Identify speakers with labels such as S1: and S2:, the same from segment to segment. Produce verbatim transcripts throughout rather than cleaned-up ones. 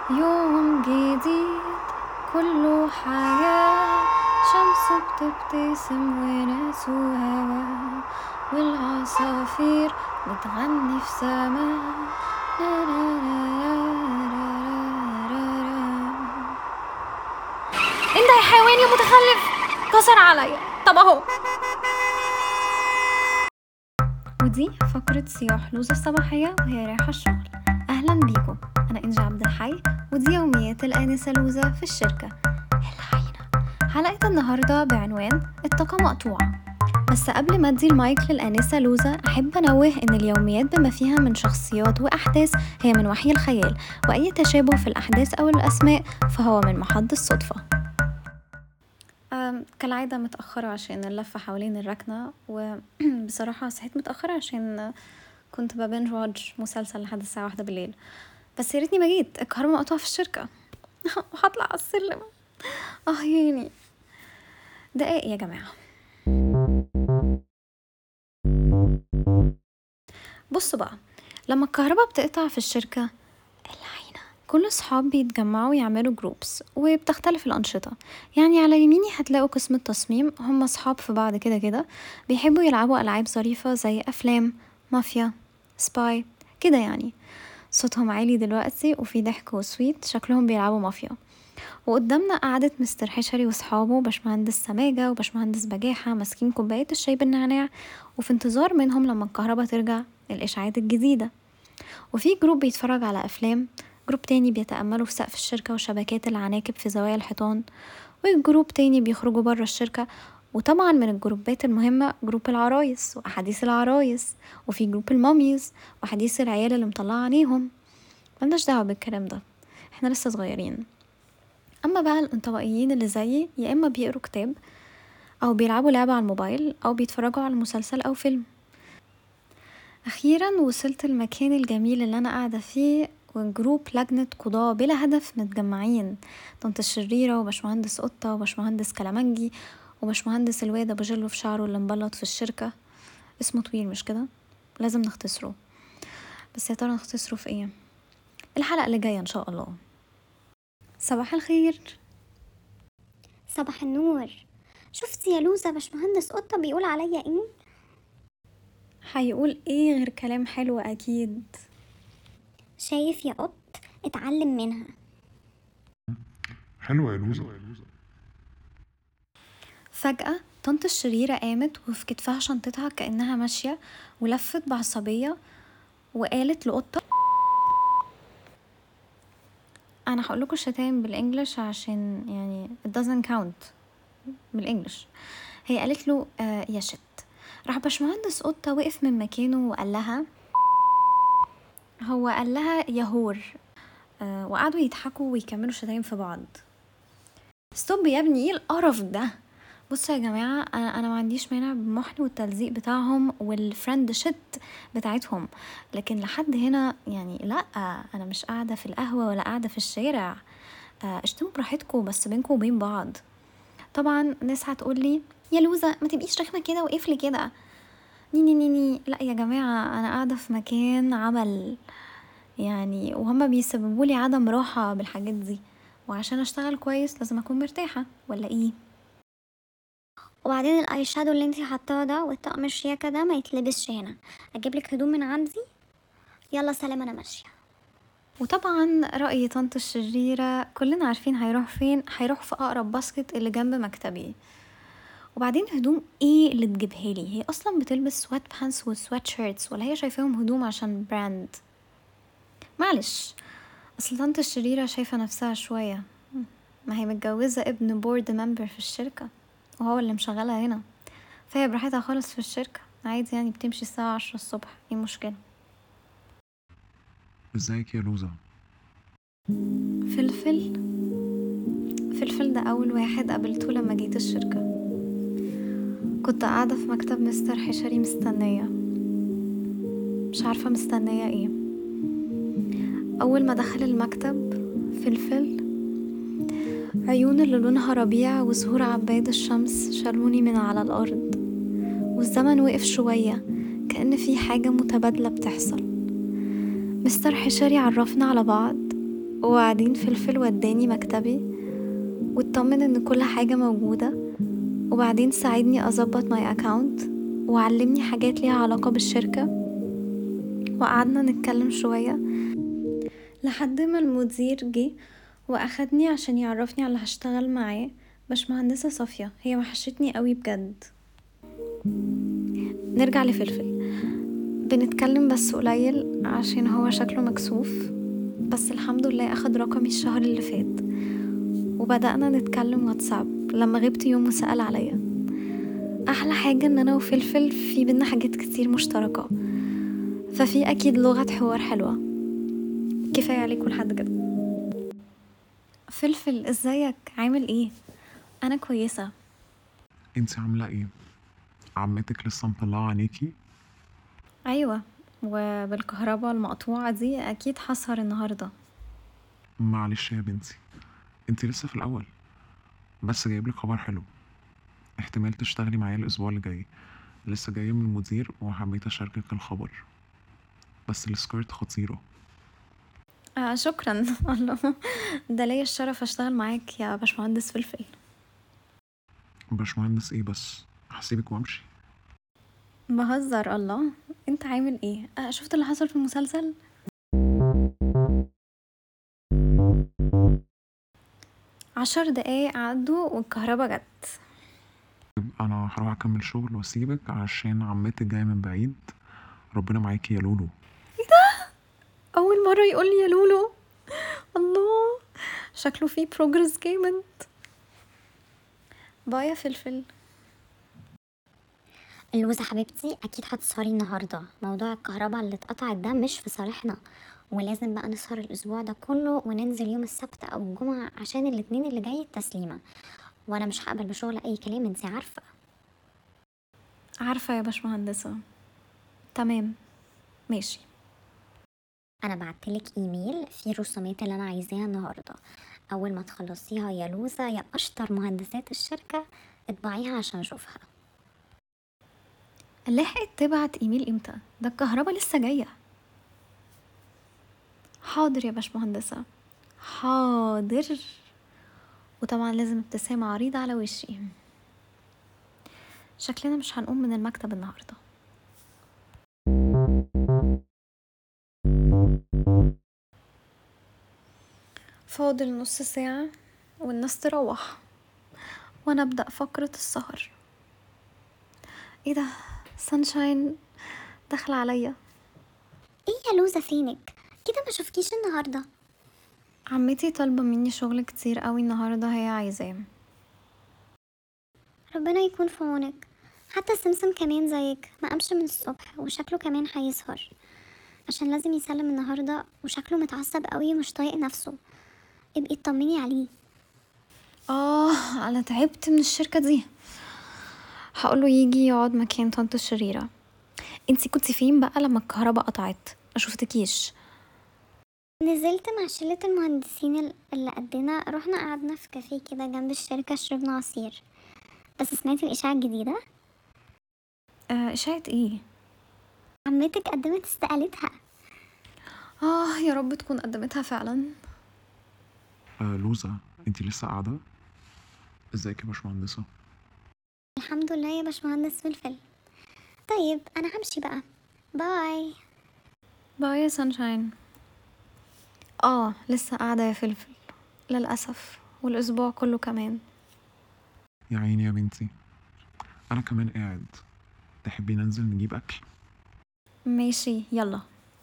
S1: يوم جديد كله حياة، شمس بتبتسم وناس وهوا، والعصافير بتغني في سما. انت يا حيوان يا متخلف، كسر عليا. طب اهو. ودي فقرة صياح لوزة الصباحية وهي رايحة الشغل. أهلا بيكم، أنا إنجي عبد الحي، ودي يوميات الآنسة لوزة في الشركة العينة. حلقة النهاردة بعنوان الطاقة مقطوعة. بس قبل ما أدي المايك للآنسة لوزة، أحب أنوه إن اليوميات بما فيها من شخصيات وأحداث هي من وحي الخيال، وأي تشابه في الأحداث أو الأسماء فهو من محض الصدفة. أم، كالعادة متأخرة عشان اللفة حوالين الركنة، وبصراحة صحيت متأخرة عشان كنت ببنج واتش مسلسل لحد الساعة واحدة بالليل. بس يا ريتني ما جيت، الكهرباء مقطوعة في الشركة وهطلع على السلم. اه يعني دقايق يا جماعة. بصوا بقى، لما الكهرباء بتقطع في الشركة العينة، كل الصحاب بيتجمعوا يعملوا جروبس وبتختلف الأنشطة. يعني على يميني هتلاقوا قسم التصميم، هم صحاب في بعض كده كده، بيحبوا يلعبوا ألعاب ظريفة زي أفلام مافيا سباي كده. يعني صوتهم عالي دلوقتي وفي ضحك وسويت، شكلهم بيلعبوا مافيا. وقدامنا قعدة مستر حشري وصحابه باشمهندس سماجة وباشمهندس بجاحة ماسكين كوباية الشاي بالنعناع، وفي انتظار منهم لما الكهرباء ترجع الإشاعات الجديدة. وفي جروب بيتفرج على أفلام، جروب تاني بيتأملوا في سقف الشركة وشبكات العناكب في زوايا الحيطان، وجروب تاني بيخرجوا برا الشركة. وطبعا من الجروبات المهمة جروب العرايس وأحاديث العرايس، وفي جروب الماميز وأحاديث العيال اللي مطلعة عينيهم. ملناش دعوة بالكلام ده، احنا لسه صغيرين. أما بقى الانطوائيين اللي زيي، يا إما بيقروا كتاب أو بيلعبوا لعبة على الموبايل أو بيتفرجوا على مسلسل أو فيلم. أخيرا وصلت المكان الجميل اللي أنا قاعدة فيه، وجروب لجنة قضاء بلا هدف متجمعين، طنط الشريرة وباشمهندس قطة وباشمهندس كلامنجي وباشمهندس الواد أبو جلو في شعره اللي مبلط في الشركة. اسمه طويل مش كده؟ لازم نختصره. بس يا ترى نختصره في ايه؟ الحلقة اللي جاية ان شاء الله. صباح الخير.
S2: صباح النور. شفتي يا لوزة باشمهندس قطة بيقول عليا ايه؟
S1: هيقول ايه غير كلام حلو اكيد.
S2: شايف يا قط، اتعلم منها.
S3: حلوة يا لوزة.
S1: فجأة طنط الشريرة قامت وفي كتفها شنطتها كأنها ماشية، ولفت بعصبية وقالت لقطة، انا هقولكوا الشتايم بالانجلش عشان يعني it doesn't count بالانجلش. هي قالت له آه يا شت. راح باشمهندس قطة وقف من مكانه وقال لها، هو قال لها يهور. آه وقعدوا يضحكوا ويكملوا شتايم في بعض. ستوب يا ابني، ايه القرف ده؟ بصوا يا جماعة، أنا, أنا ما عنديش مانع بالمحن والتلزيق بتاعهم والفرند شت بتاعتهم، لكن لحد هنا يعني لأ. أنا مش قاعدة في القهوة ولا قاعدة في الشارع. آه، اشتموا براحتكم بس بينكم وبين بعض. طبعا ناس هتقولي يا لوزة ما تبقيش رخمة كده وقفلي كده. ني ني ني ني لا يا جماعة، أنا قاعدة في مكان عمل يعني، وهما بيسببوا لي عدم راحة بالحاجات دي، وعشان اشتغل كويس لازم اكون مرتاحة ولا ايه؟
S2: وبعدين الاي شادو اللي انتي حطاه ده والطقم الشياكة ده ما يتلبسش هنا. اجيبلك هدوم من عندي. يلا سلام، انا ماشية.
S1: وطبعا رأي طنط الشريرة كلنا عارفين هيروح فين، هيروح في اقرب باسكت اللي جنب مكتبي. وبعدين هدوم ايه اللي تجيبها لي؟ هي اصلا بتلبس سوات بانس وسوات شيرتس، ولا هي شايفاهم هدوم عشان براند؟ معلش، اصل طنط الشريرة شايفة نفسها شوية، ما هي متجوزة ابن بورد ممبر في الشركة وهو اللي مشغلها هنا، فهي براحتها خالص في الشركة عادي. يعني بتمشي الساعة عشرة الصبح، ايه مشكلة؟
S3: ازيك يا لوزة؟
S1: فلفل فلفل ده أول واحد قابلته لما جيت الشركة. كنت قاعدة في مكتب مستر حشري مستنية، مش عارفة مستنية ايه. أول ما دخل المكتب فلفل، عيون اللي لونها ربيع وزهور عباد الشمس شالوني من على الأرض، والزمن وقف شوية كأن في حاجة متبادلة بتحصل. مستر حشري عرفنا على بعض، وبعدين فلفل وداني مكتبي واطمن ان كل حاجة موجودة، وبعدين ساعدني اظبط ماي اكاونت وعلمني حاجات ليها علاقة بالشركة، وقعدنا نتكلم شوية لحد ما المدير جه واخدني عشان يعرفني على اللي هشتغل معاه، باشمهندسة صافية. هي وحشتني قوي بجد. نرجع لفلفل، بنتكلم بس قليل عشان هو شكله مكسوف، بس الحمد لله اخد رقمي الشهر اللي فات وبدأنا نتكلم واتساب لما غبت يوم وسأل عليا. احلى حاجة ان انا وفلفل في بينا حاجات كتير مشتركة، ففي اكيد لغة حوار حلوة. كفاية عليكم لحد كده. فلفل ازيك، عامل ايه؟ انا كويسة.
S3: انت عاملة ايه؟ عمتك لسه مطلعة عينيكي؟
S1: ايوه، وبالكهرباء المقطوعة دي اكيد هسهر النهاردة.
S3: معلش يا بنتي، انت لسه في الاول، بس جايبلك خبر حلو. احتمال تشتغلي معايا الاسبوع اللي جاي، لسه جاي من المدير وحبيت اشاركك الخبر، بس السكورت خطيرة.
S1: آه شكرا. الله، ده ليا الشرف اشتغل معاك يا باشمهندس فلفل.
S3: باشمهندس ايه بس؟ هسيبك وامشي؟
S1: بهزر. الله، انت عامل ايه؟ آه شفت اللي حصل في المسلسل؟ عشر دقايق عدوا والكهرباء جت.
S3: انا هروح اكمل شغل واسيبك عشان عمتك جاية من بعيد. ربنا معاكي يا لولو.
S1: اول مرة يقول لي يا لولو. الله، شكله فيه بروجرس جامد. باي يا فلفل.
S2: اللوزة حبيبتي اكيد هتسهري النهارده، موضوع الكهرباء اللي اتقطعت ده مش في صالحنا، ولازم بقى نسهر الاسبوع ده كله وننزل يوم السبت او الجمعة عشان الاتنين اللي جاي التسليمة، وانا مش هقبل بشغل اي كلام انتي عارفة.
S1: عارفة يا باشمهندسة. تمام، ماشي.
S2: انا بعتلك ايميل فيه الرسومات اللي انا عايزاها النهارده، اول ما تخلصيها يا لوزة يا اشطر مهندسات الشركة اطبعيها عشان اشوفها.
S1: لحقت تبعت ايميل امتى؟ ده الكهرباء لسه جاية. حاضر يا باشمهندسة، حاضر. وطبعا لازم ابتسامة عريضة على وشي. شكلنا مش هنقوم من المكتب النهاردة. فاضل نص ساعة والناس تروح وانا ابدأ فقرة السهر. ايه ده؟ سانشاين داخل عليا.
S2: ايه يا لوزة فينك كده، ما شفتكيش النهارده؟
S1: عمتي طالبة مني شغل كتير قوي النهاردة، هي عايزاه.
S2: ربنا يكون في عونك. حتى سمسم كمان زيك ما قامش من الصبح وشكله كمان هيسهر عشان لازم يسلم النهارده، وشكله متعصب قوي ومش طايق نفسه. ابقي اطمني عليه.
S1: اه انا تعبت من الشركة دي. هقوله يجي يقعد مكان طنط الشريرة. انتي كنتي فين بقى لما الكهرباء قطعت؟ ما شفتكيش.
S2: نزلت مع شلة المهندسين ال- اللي قدنا، رحنا قعدنا في كافيه كده جنب الشركة شربنا عصير. بس سمعتي الإشاعة الجديدة؟
S1: آه اشاعة ايه؟
S2: عمتك قدمت استقالتها.
S1: اه يا رب تكون قدمتها فعلا.
S3: آه لوزة، انت لسه قاعدة؟ ازيك يا باشمهندسة؟
S2: الحمد لله يا باشمهندس فلفل. طيب أنا همشي بقى، باي.
S1: باي يا سانشاين. اه لسه قاعدة يا فلفل للأسف، والأسبوع كله كمان.
S3: يا عيني يا بنتي، انا كمان قاعد. تحبي ننزل نجيب اكل؟
S1: ماشي يلا.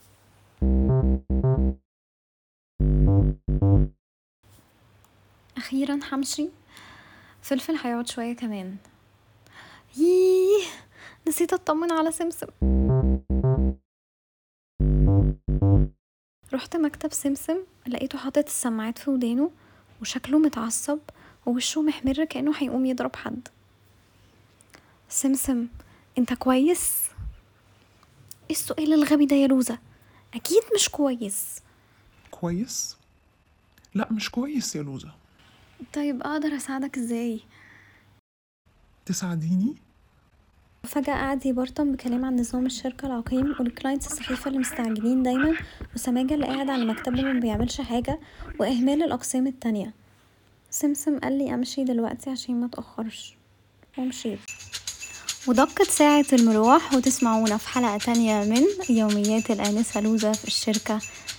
S1: أخيرا همشي. فلفل هيقعد شوية كمان. ييه، نسيت أطمن على سمسم. رحت مكتب سمسم، لقيته حاطط السماعات في ودانه وشكله متعصب ووشه محمر كأنه هيقوم يضرب حد. سمسم، انت كويس؟ ايه السؤال الغبي ده يا لوزة؟ اكيد مش كويس.
S3: كويس؟ لا مش كويس يا لوزة.
S1: طيب اقدر اساعدك ازاي؟
S3: تساعديني؟
S1: وفجأة قعد يبرطم بكلام عن نظام الشركة العقيم والكلاينتس السخيفة اللي مستعجلين دايما، وسماجة اللي قاعد على مكتبه ما بيعملش حاجة، وإهمال الأقسام التانية. سمسم قال لي أمشي دلوقتي عشان ما تأخرش، ومشيت. ودقت ساعة المروح، وتسمعونا في حلقة تانية من يوميات الآنسة لوزة في الشركة.